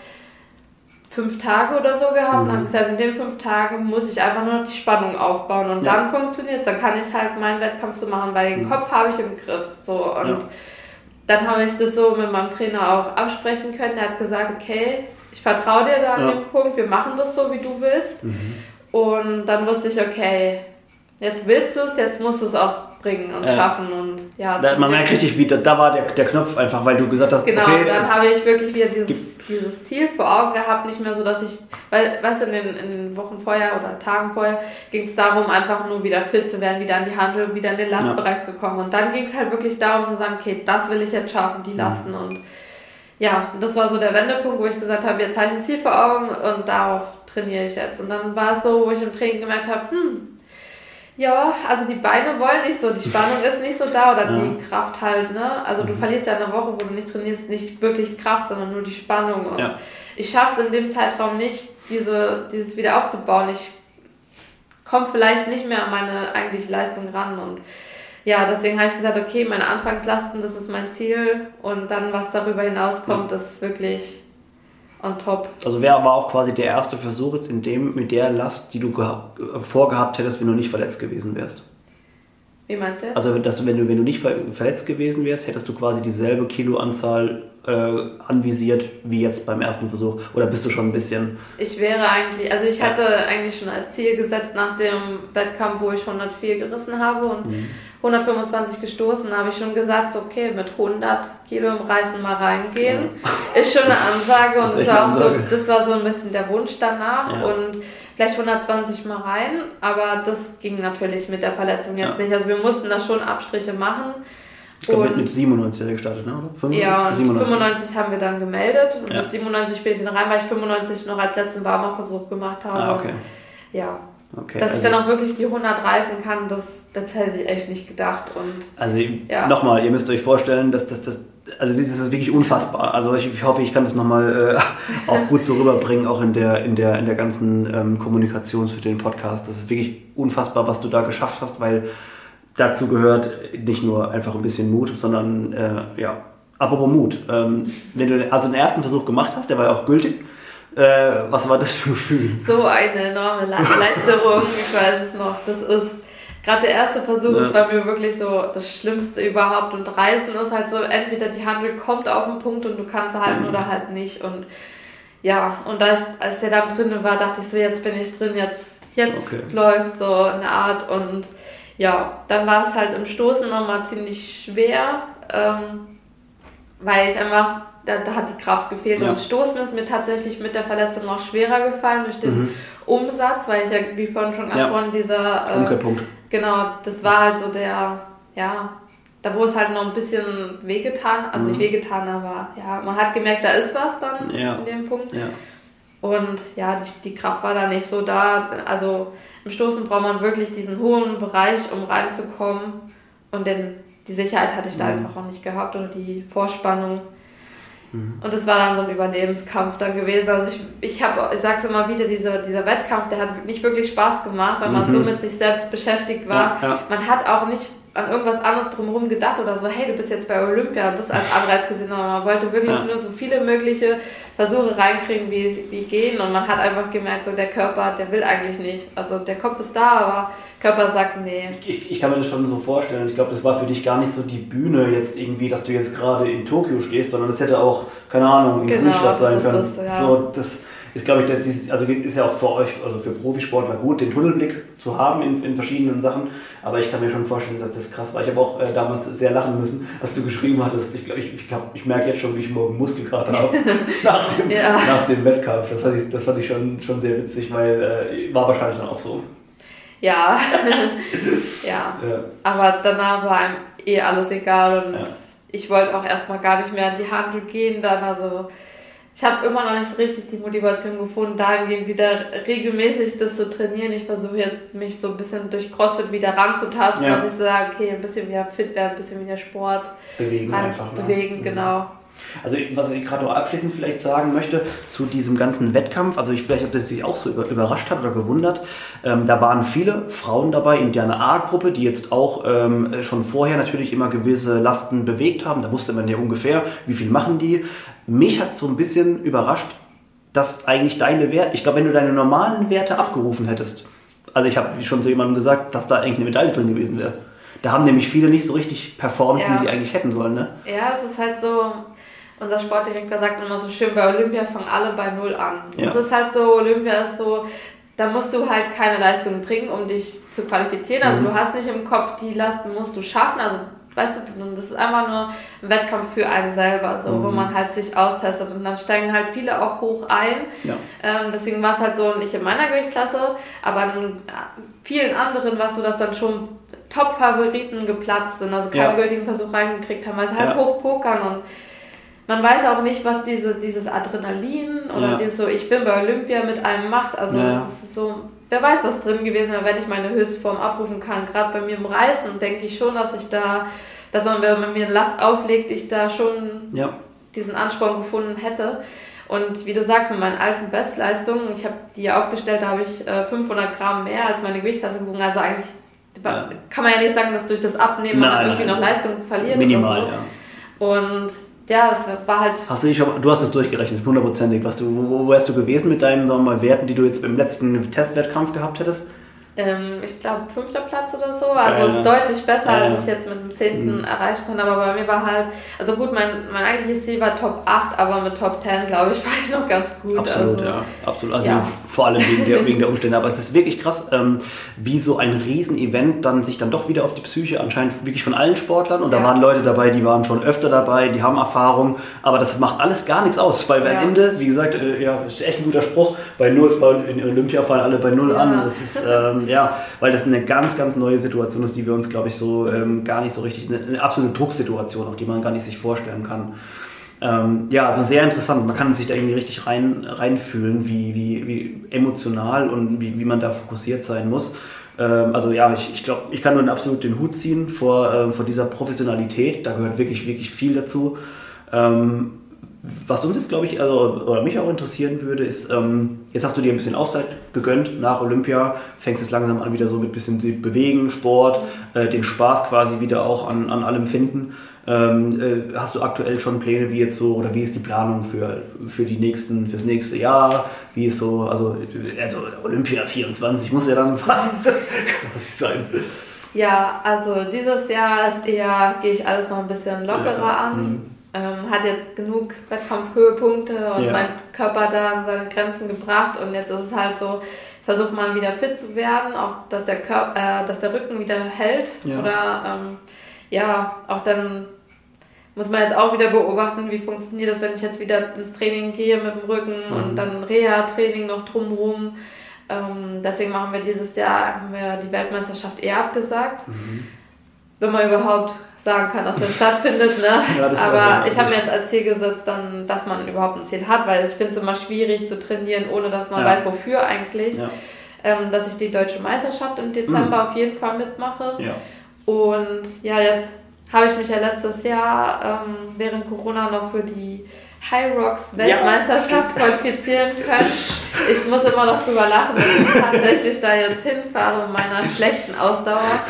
fünf Tage oder so gehabt mhm. und habe gesagt, in den fünf Tagen muss ich einfach nur noch die Spannung aufbauen und ja. dann funktioniert es, dann kann ich halt meinen Wettkampf so machen, weil den mhm. Kopf habe ich im Griff. So. Und ja. dann habe ich das so mit meinem Trainer auch absprechen können. Der hat gesagt, okay, ich vertraue dir da an ja. dem Punkt, wir machen das so, wie du willst. Mhm. Und dann wusste ich, okay, jetzt willst du es, jetzt musst du es auch bringen und ja. schaffen. Und ja, da, man merkt richtig, wie da, da war der, der Knopf einfach, weil du gesagt hast, genau, okay, dann habe ich wirklich wieder dieses, dieses Ziel vor Augen gehabt, nicht mehr so, dass ich, weil, weißt du, in den, in den Wochen vorher oder Tagen vorher ging es darum, einfach nur wieder fit zu werden, wieder an die Handel, wieder in den Lastbereich ja. zu kommen. Und dann ging es halt wirklich darum zu sagen, okay, das will ich jetzt schaffen, die Lasten. Mhm. Und ja, das war so der Wendepunkt, wo ich gesagt habe, jetzt habe ich ein Ziel vor Augen und darauf trainiere ich jetzt. Und dann war es so, wo ich im Training gemerkt habe, hm, ja, also die Beine wollen nicht so, die Spannung ist nicht so da oder ja. die Kraft halt, ne? Also du verlierst ja eine Woche, wo du nicht trainierst, nicht wirklich Kraft, sondern nur die Spannung. Und ja. ich schaffe es in dem Zeitraum nicht, diese, dieses wieder aufzubauen. Ich komme vielleicht nicht mehr an meine eigentliche Leistung ran. Und ja, deswegen habe ich gesagt, okay, meine Anfangslasten, das ist mein Ziel. Und dann, was darüber hinauskommt, ja. ist wirklich on top. Also wer war auch quasi der erste Versuch jetzt in dem, mit der Last, die du geha- vorgehabt hättest, wenn du nicht verletzt gewesen wärst? Wie meinst du jetzt? Also dass du, wenn du, wenn du nicht ver- verletzt gewesen wärst, hättest du quasi dieselbe Kiloanzahl äh, anvisiert wie jetzt beim ersten Versuch? Oder bist du schon ein bisschen... Ich wäre eigentlich, also ich hatte eigentlich schon als Ziel gesetzt nach dem Wettkampf, wo ich hundertvier gerissen habe und mhm. hundertfünfundzwanzig gestoßen, habe ich schon gesagt, so, okay, mit hundert Kilo im Reißen mal reingehen, ja. ist schon eine Ansage und das war auch so, das war so ein bisschen der Wunsch danach ja. und vielleicht hundertzwanzig mal rein, aber das ging natürlich mit der Verletzung jetzt ja. nicht, also wir mussten da schon Abstriche machen. Ich glaube, mit, mit siebenundneunzig gestartet, ne? fünfundneunzig, ja, und siebenundneunzig. fünfundneunzig haben wir dann gemeldet und ja. mit siebenundneunzig bin ich dann rein, weil ich fünfundneunzig noch als letzten Warmer-Versuch gemacht habe. Ah, okay. Ja. Okay, dass also ich dann auch wirklich die hundert reißen kann, das, das hätte ich echt nicht gedacht. Und also ja. nochmal, ihr müsst euch vorstellen, dass das, das, also das ist wirklich unfassbar. Also ich, ich hoffe, ich kann das nochmal äh, auch gut so rüberbringen, auch in der, in der, in der ganzen ähm, Kommunikation für den Podcast. Das ist wirklich unfassbar, was du da geschafft hast, weil dazu gehört nicht nur einfach ein bisschen Mut, sondern äh, ja, apropos Mut. Ähm, wenn du also den ersten Versuch gemacht hast, der war ja auch gültig. Äh, was war das für ein Gefühl? So eine enorme Erleichterung, ich weiß es noch. Das ist, gerade der erste Versuch ja. ist bei mir wirklich so das Schlimmste überhaupt. Und Reißen ist halt so, entweder die Handel kommt auf den Punkt und du kannst halten mhm. oder halt nicht. Und ja, und da ich, als er dann drin war, dachte ich so, jetzt bin ich drin, jetzt, jetzt okay. läuft so eine Art. Und ja, dann war es halt im Stoßen nochmal ziemlich schwer. Ähm, weil ich einfach, da, da hat die Kraft gefehlt. Ja. Und Stoßen ist mir tatsächlich mit der Verletzung auch schwerer gefallen durch den mhm. Umsatz, weil ich ja, wie vorhin schon angesprochen, ja. dieser... Äh, Umkehrpunkt. Genau, das war halt so der, ja, da wo es halt noch ein bisschen wehgetan, also mhm. nicht wehgetan, aber ja, man hat gemerkt, da ist was dann ja. in dem Punkt. Ja. Und ja, die, die Kraft war da nicht so da. Also im Stoßen braucht man wirklich diesen hohen Bereich, um reinzukommen. Und den, die Sicherheit hatte ich da mhm. einfach auch nicht gehabt oder die Vorspannung. Mhm. Und es war dann so ein Überlebenskampf dann gewesen. Also ich, ich habe, ich sag's immer wieder, dieser, dieser Wettkampf, der hat nicht wirklich Spaß gemacht, weil mhm. man so mit sich selbst beschäftigt war. Ja, ja. Man hat auch nicht an irgendwas anderes drumherum gedacht oder so, hey, du bist jetzt bei Olympia und das als Anreiz gesehen, aber man wollte wirklich ja. nur so viele mögliche Versuche reinkriegen, wie, wie gehen, und man hat einfach gemerkt, so der Körper, der will eigentlich nicht, also der Kopf ist da, aber der Körper sagt, nee. Ich, ich kann mir das schon so vorstellen, ich glaube, das war für dich gar nicht so die Bühne jetzt irgendwie, dass du jetzt gerade in Tokio stehst, sondern das hätte auch, keine Ahnung, in genau, Grünstadt sein können. Das, ja. So, das ist, glaube ich, der, dieses, also ist ja auch für euch, also für Profisportler gut, den Tunnelblick zu haben in, in verschiedenen Sachen. Aber ich kann mir schon vorstellen, dass das krass war. Ich habe auch äh, damals sehr lachen müssen, als du geschrieben hattest. Ich glaube, ich, ich, ich merke jetzt schon, wie ich morgen Muskelkater habe nach, dem, ja. nach dem Wettkampf. Das fand ich, das fand ich schon, schon sehr witzig, weil äh, war wahrscheinlich dann auch so. Ja. ja. ja. Aber danach war einem eh alles egal und ja. ich wollte auch erstmal gar nicht mehr an die Handel gehen dann, also ich habe immer noch nicht so richtig die Motivation gefunden, dahingehend wieder regelmäßig das zu trainieren. Ich versuche jetzt, mich so ein bisschen durch CrossFit wieder ranzutasten, ja. dass ich sage, okay, ein bisschen wieder fit werden, ein bisschen wieder Sport. Bewegen rein, einfach. Ne? Bewegen, genau. Also was ich gerade noch abschließend vielleicht sagen möchte zu diesem ganzen Wettkampf, also ich vielleicht, ob das sich auch so überrascht hat oder gewundert, ähm, da waren viele Frauen dabei in der A-Gruppe, die jetzt auch ähm, schon vorher natürlich immer gewisse Lasten bewegt haben, da wusste man ja ungefähr, wie viel machen die. Mich hat es so ein bisschen überrascht, dass eigentlich deine Werte, ich glaube, wenn du deine normalen Werte abgerufen hättest, also ich habe schon zu jemandem gesagt, dass da eigentlich eine Medaille drin gewesen wäre. Da haben nämlich viele nicht so richtig performt, ja. wie sie eigentlich hätten sollen, ne? Ja, es ist halt so, unser Sportdirektor sagt immer so schön, bei Olympia fangen alle bei Null an. Es ja. ist halt so, Olympia ist so, da musst du halt keine Leistung bringen, um dich zu qualifizieren. Also mhm. du hast nicht im Kopf, die Lasten musst du schaffen, also weißt du, das ist einfach nur ein Wettkampf für einen selber, so, mhm. wo man halt sich austestet, und dann steigen halt viele auch hoch ein. Ja. Ähm, deswegen war es halt so, nicht in meiner Gewichtsklasse, aber in vielen anderen war es so, dass dann schon Top-Favoriten geplatzt sind, also keinen ja. gültigen Versuch reingekriegt haben, weil sie halt ja. hoch pokern, und man weiß auch nicht, was diese, dieses Adrenalin oder ja. dieses so, ich bin bei Olympia mit einem macht, also ja. es ist so, wer weiß, was drin gewesen wäre, wenn ich meine Höchstform abrufen kann. Gerade bei mir im Reißen denke ich schon, dass ich da, dass man, wenn man mir eine Last auflegt, ich da schon ja. diesen Ansporn gefunden hätte. Und wie du sagst, mit meinen alten Bestleistungen, ich habe die ja aufgestellt, da habe ich äh, fünfhundert Gramm mehr als meine Gewichtsklasse gewogen. Also eigentlich ja. kann man ja nicht sagen, dass durch das Abnehmen nein, man irgendwie nein, noch Leistung verliert. Minimal, oder so. ja. Und ja, es war halt... Hast du, nicht, du hast es durchgerechnet, hundertprozentig. Was du, wo, wo wärst du gewesen mit deinen, sagen wir mal, Werten, die du jetzt im letzten Testwettkampf gehabt hättest? Ähm, ich glaube, fünfter Platz oder so. Also es äh, ist deutlich besser, äh, als ich jetzt mit dem zehnten Mhm. erreichen kann. Aber bei mir war halt... Also gut, mein, mein eigentliches Ziel war Top acht, aber mit Top zehn, glaube ich, war ich noch ganz gut. Absolut, also, ja. Absolut. Also ja. vor allem wegen der, wegen der Umstände. Aber es ist wirklich krass, ähm, wie so ein Riesenevent dann sich dann doch wieder auf die Psyche anscheinend wirklich von allen Sportlern. Und ja. da waren Leute dabei, die waren schon öfter dabei, die haben Erfahrung. Aber das macht alles gar nichts aus. Weil ja. am Ende, wie gesagt, äh, ja, ist echt ein guter Spruch, bei null, bei, in Olympia fallen alle bei null ja. an. Das ist, ähm, ja, weil das eine ganz, ganz neue Situation ist, die wir uns, glaube ich, so ähm, gar nicht so richtig, eine, eine absolute Drucksituation, auch die man gar nicht sich vorstellen kann. Ähm, ja, also sehr interessant. Man kann sich da irgendwie richtig rein, reinfühlen, wie, wie, wie emotional und wie, wie man da fokussiert sein muss. Ähm, also ja, ich, ich glaube, ich kann nur absolut den Hut ziehen vor, ähm, vor dieser Professionalität. Da gehört wirklich, wirklich viel dazu. Ähm, Was uns jetzt, glaube ich, also, oder mich auch interessieren würde, ist, ähm, jetzt hast du dir ein bisschen Auszeit gegönnt nach Olympia, fängst jetzt langsam an wieder so mit ein bisschen Bewegen, Sport, äh, den Spaß quasi wieder auch an, an allem finden. Ähm, äh, hast du aktuell schon Pläne, wie jetzt so, oder wie ist die Planung für, für die nächsten, fürs nächste Jahr? Wie ist so, also, also Olympia vierundzwanzig muss ja dann quasi, quasi sein. Ja, also dieses Jahr ist eher, gehe ich alles mal ein bisschen lockerer ja. an. Mhm. Ähm, hat jetzt genug Wettkampfhöhepunkte und ja. mein Körper da an seine Grenzen gebracht, und jetzt ist es halt so, jetzt versucht man wieder fit zu werden, auch dass der Körper, äh, dass der Rücken wieder hält ja. oder ähm, ja, auch dann muss man jetzt auch wieder beobachten, wie funktioniert das, wenn ich jetzt wieder ins Training gehe mit dem Rücken mhm. und dann Reha-Training noch drumherum. Ähm, deswegen machen wir dieses Jahr haben wir die Weltmeisterschaft eher abgesagt. Mhm. Wenn man überhaupt sagen kann, dass das stattfindet. Ne? Ja, das aber ich habe mir jetzt als Ziel gesetzt, dann, dass man überhaupt ein Ziel hat, weil ich finde es immer schwierig zu trainieren, ohne dass man ja. weiß, wofür eigentlich. Ja. Ähm, dass ich die Deutsche Meisterschaft im Dezember mhm. auf jeden Fall mitmache. Ja. Und ja, jetzt habe ich mich ja letztes Jahr ähm, während Corona noch für die High Rocks Weltmeisterschaft ja. qualifizieren können. Ich muss immer noch drüber lachen, dass ich tatsächlich da jetzt hinfahre mit meiner schlechten Ausdauer.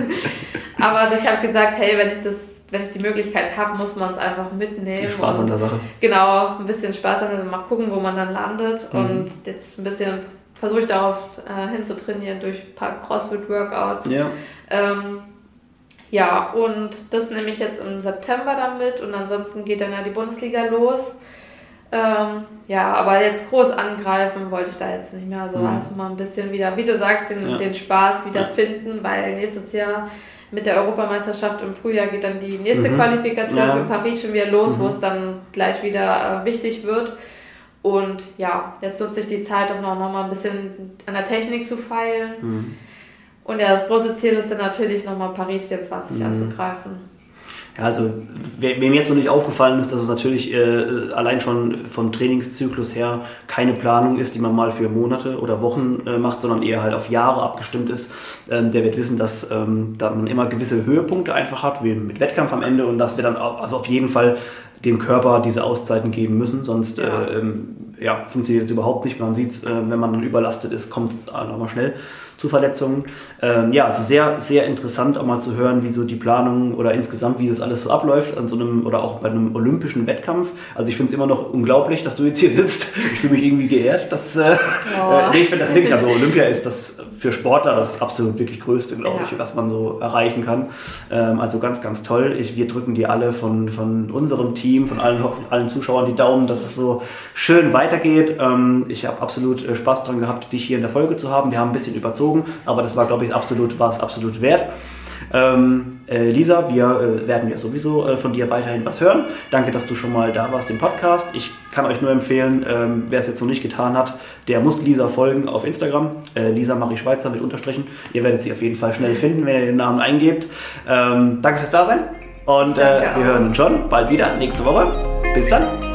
Aber ich habe gesagt, hey, wenn ich das, wenn ich die Möglichkeit habe, muss man es einfach mitnehmen. Viel Spaß an der Sache. Genau, ein bisschen Spaß an der Sache, mal gucken, wo man dann landet. Mhm. Und jetzt ein bisschen versuche ich darauf äh, hinzutrainieren durch ein paar CrossFit-Workouts. Ja. Ähm, ja, und das nehme ich jetzt im September damit und ansonsten geht dann ja die Bundesliga los. Ähm, ja, aber jetzt groß angreifen wollte ich da jetzt nicht mehr. Also mhm. erstmal ein bisschen wieder, wie du sagst, den, ja. den Spaß wieder ja. finden, weil nächstes Jahr mit der Europameisterschaft im Frühjahr geht dann die nächste mhm. Qualifikation ja. für Paris schon wieder los, mhm. wo es dann gleich wieder äh, wichtig wird. Und ja, jetzt nutze ich die Zeit, um noch, noch mal ein bisschen an der Technik zu feilen. Mhm. Und ja, das große Ziel ist dann natürlich nochmal Paris vierundzwanzig mhm. anzugreifen. Ja, also wem jetzt noch nicht aufgefallen ist, dass es natürlich äh, allein schon vom Trainingszyklus her keine Planung ist, die man mal für Monate oder Wochen äh, macht, sondern eher halt auf Jahre abgestimmt ist, ähm, der wird wissen, dass ähm, da man immer gewisse Höhepunkte einfach hat, wie mit Wettkampf am Ende und dass wir dann auch, also auf jeden Fall dem Körper diese Auszeiten geben müssen, sonst ja. Äh, ähm, ja, funktioniert das überhaupt nicht. Man sieht, äh, wenn man dann überlastet ist, kommt es nochmal schnell zu Verletzungen. Ähm, ja, also sehr, sehr interessant auch mal zu hören, wie so die Planung oder insgesamt, wie das alles so abläuft an so einem oder auch bei einem olympischen Wettkampf. Also ich finde es immer noch unglaublich, dass du jetzt hier sitzt. Ich fühle mich irgendwie geehrt. Dass, äh, oh. äh, nee, ich finde das wirklich, also Olympia ist das für Sportler das absolut wirklich Größte, glaube ja. ich, was man so erreichen kann. Ähm, also ganz, ganz toll. Ich, wir drücken dir alle von, von unserem Team, von allen, allen Zuschauern die Daumen, dass es so schön weitergeht. Ähm, ich habe absolut Spaß dran gehabt, dich hier in der Folge zu haben. Wir haben ein bisschen überzogen, aber das war, glaube ich, absolut, war es absolut wert. Ähm, äh, Lisa, wir äh, werden ja sowieso äh, von dir weiterhin was hören. Danke, dass du schon mal da warst im Podcast. Ich kann euch nur empfehlen, ähm, wer es jetzt noch nicht getan hat, der muss Lisa folgen auf Instagram. Äh, Lisa Marie Schweizer mit Unterstrichen. Ihr werdet sie auf jeden Fall schnell finden, wenn ihr den Namen eingebt. Ähm, danke fürs Dasein und äh, wir hören uns schon bald wieder nächste Woche. Bis dann.